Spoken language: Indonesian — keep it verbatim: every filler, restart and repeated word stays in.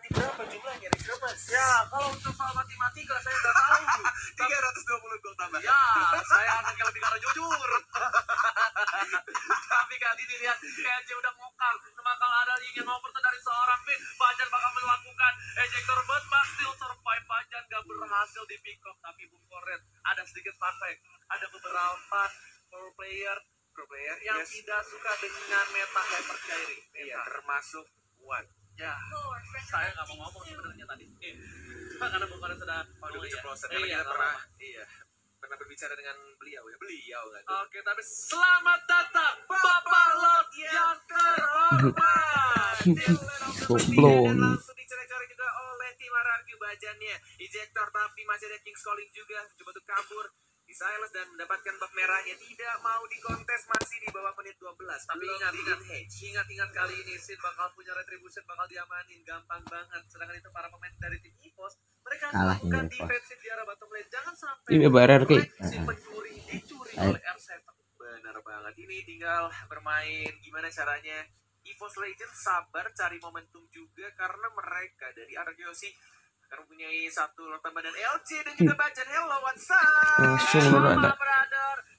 mati berapa jumlahnya, Rick Mas? Ya, kalau untuk soal matematika saya nggak tahu. tiga ratus dua puluh gol tambah. Ya, saya anak yang lebih karena jujur. Tapi kali ini lihat, K J udah ngokang. Semakal ada ingin oper dari seorang pin. Fajar bakal melakukan ejector but but still survive. Fajar gak berhasil di pick up. Tapi Bung Koret ada sedikit fun fact. Ada beberapa pro player, pro player yang Yes. tidak suka dengan meta hyper carry. Iya, termasuk Wan. Ya, saya nggak mau ngomong sebenarnya tadi. Eh, karena Bung Koret sudah Oh, udah iya. keceplosan. Eh, Karena iya, kita nggak pernah, apa-apa. iya, pernah berbicara dengan beliau ya. Beliau kan. Oke, tapi selamat datang Bapak Lot yang terhormat. Goblok. Dan langsung dicoret-coret juga oleh tim Ararki bajannya. Ejector tapi masih ada King's Calling juga. Coba tuh kabur di silence dan mendapatkan buff merahnya. Tidak mau dikontes, masih di bawah menit dua belas. Tapi Belum ingat, ingat, di-engage. ingat-ingat kali ini Sin bakal punya retribution, bakal diamanin, gampang banget. Sedangkan itu para pemain dari tim EVOS, mereka Kalah melakukan ini, EVOS. defensif di arah bottom lane. Jangan sampai Ini B R R K. si pencuri dicuri Ayo. oleh R tujuh. Benar banget. Ini tinggal bermain gimana caranya. EVOS Legends sabar cari momentum juga karena mereka dari Arkeosi akan mempunyai satu lot tambahan dan L J dan juga Bajan. Hello, what's up? Langsung Halo, lu ada. brother.